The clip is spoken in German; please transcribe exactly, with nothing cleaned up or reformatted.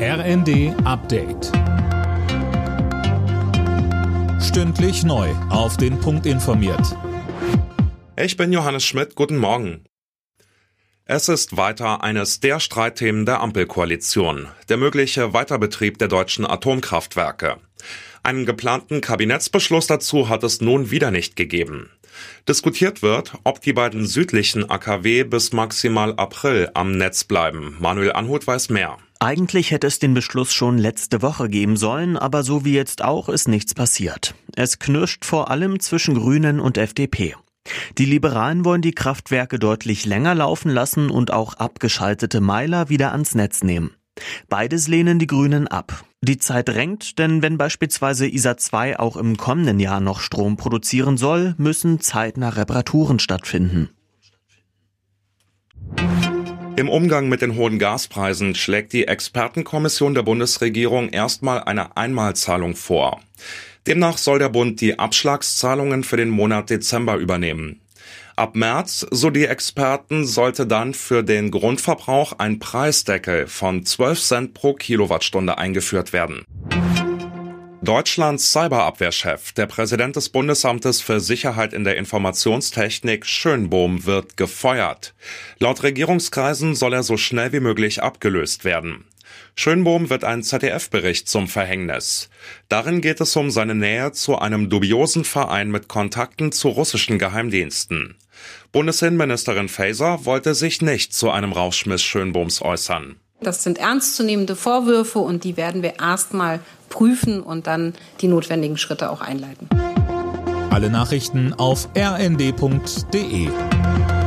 R N D Update. Stündlich neu auf den Punkt informiert. Ich bin Johannes Schmidt, guten Morgen. Es ist weiter eines der Streitthemen der Ampelkoalition, der mögliche Weiterbetrieb der deutschen Atomkraftwerke. Einen geplanten Kabinettsbeschluss dazu hat es nun wieder nicht gegeben. Diskutiert wird, ob die beiden südlichen A K W bis maximal April am Netz bleiben. Manuel Anhut weiß mehr. Eigentlich hätte es den Beschluss schon letzte Woche geben sollen, aber so wie jetzt auch ist nichts passiert. Es knirscht vor allem zwischen Grünen und F D P. Die Liberalen wollen die Kraftwerke deutlich länger laufen lassen und auch abgeschaltete Meiler wieder ans Netz nehmen. Beides lehnen die Grünen ab. Die Zeit drängt, denn wenn beispielsweise I S A zwei auch im kommenden Jahr noch Strom produzieren soll, müssen zeitnah Reparaturen stattfinden. Im Umgang mit den hohen Gaspreisen schlägt die Expertenkommission der Bundesregierung erstmal eine Einmalzahlung vor. Demnach soll der Bund die Abschlagszahlungen für den Monat Dezember übernehmen. Ab März, so die Experten, sollte dann für den Grundverbrauch ein Preisdeckel von zwölf Cent pro Kilowattstunde eingeführt werden. Deutschlands Cyberabwehrchef, der Präsident des Bundesamtes für Sicherheit in der Informationstechnik, Schönbohm, wird gefeuert. Laut Regierungskreisen soll er so schnell wie möglich abgelöst werden. Schönbohm wird ein Z D F-Bericht zum Verhängnis. Darin geht es um seine Nähe zu einem dubiosen Verein mit Kontakten zu russischen Geheimdiensten. Bundesinnenministerin Faeser wollte sich nicht zu einem Rauschmiss Schönbohms äußern. Das sind ernstzunehmende Vorwürfe und die werden wir erstmal prüfen und dann die notwendigen Schritte auch einleiten. Alle Nachrichten auf r n d punkt d e.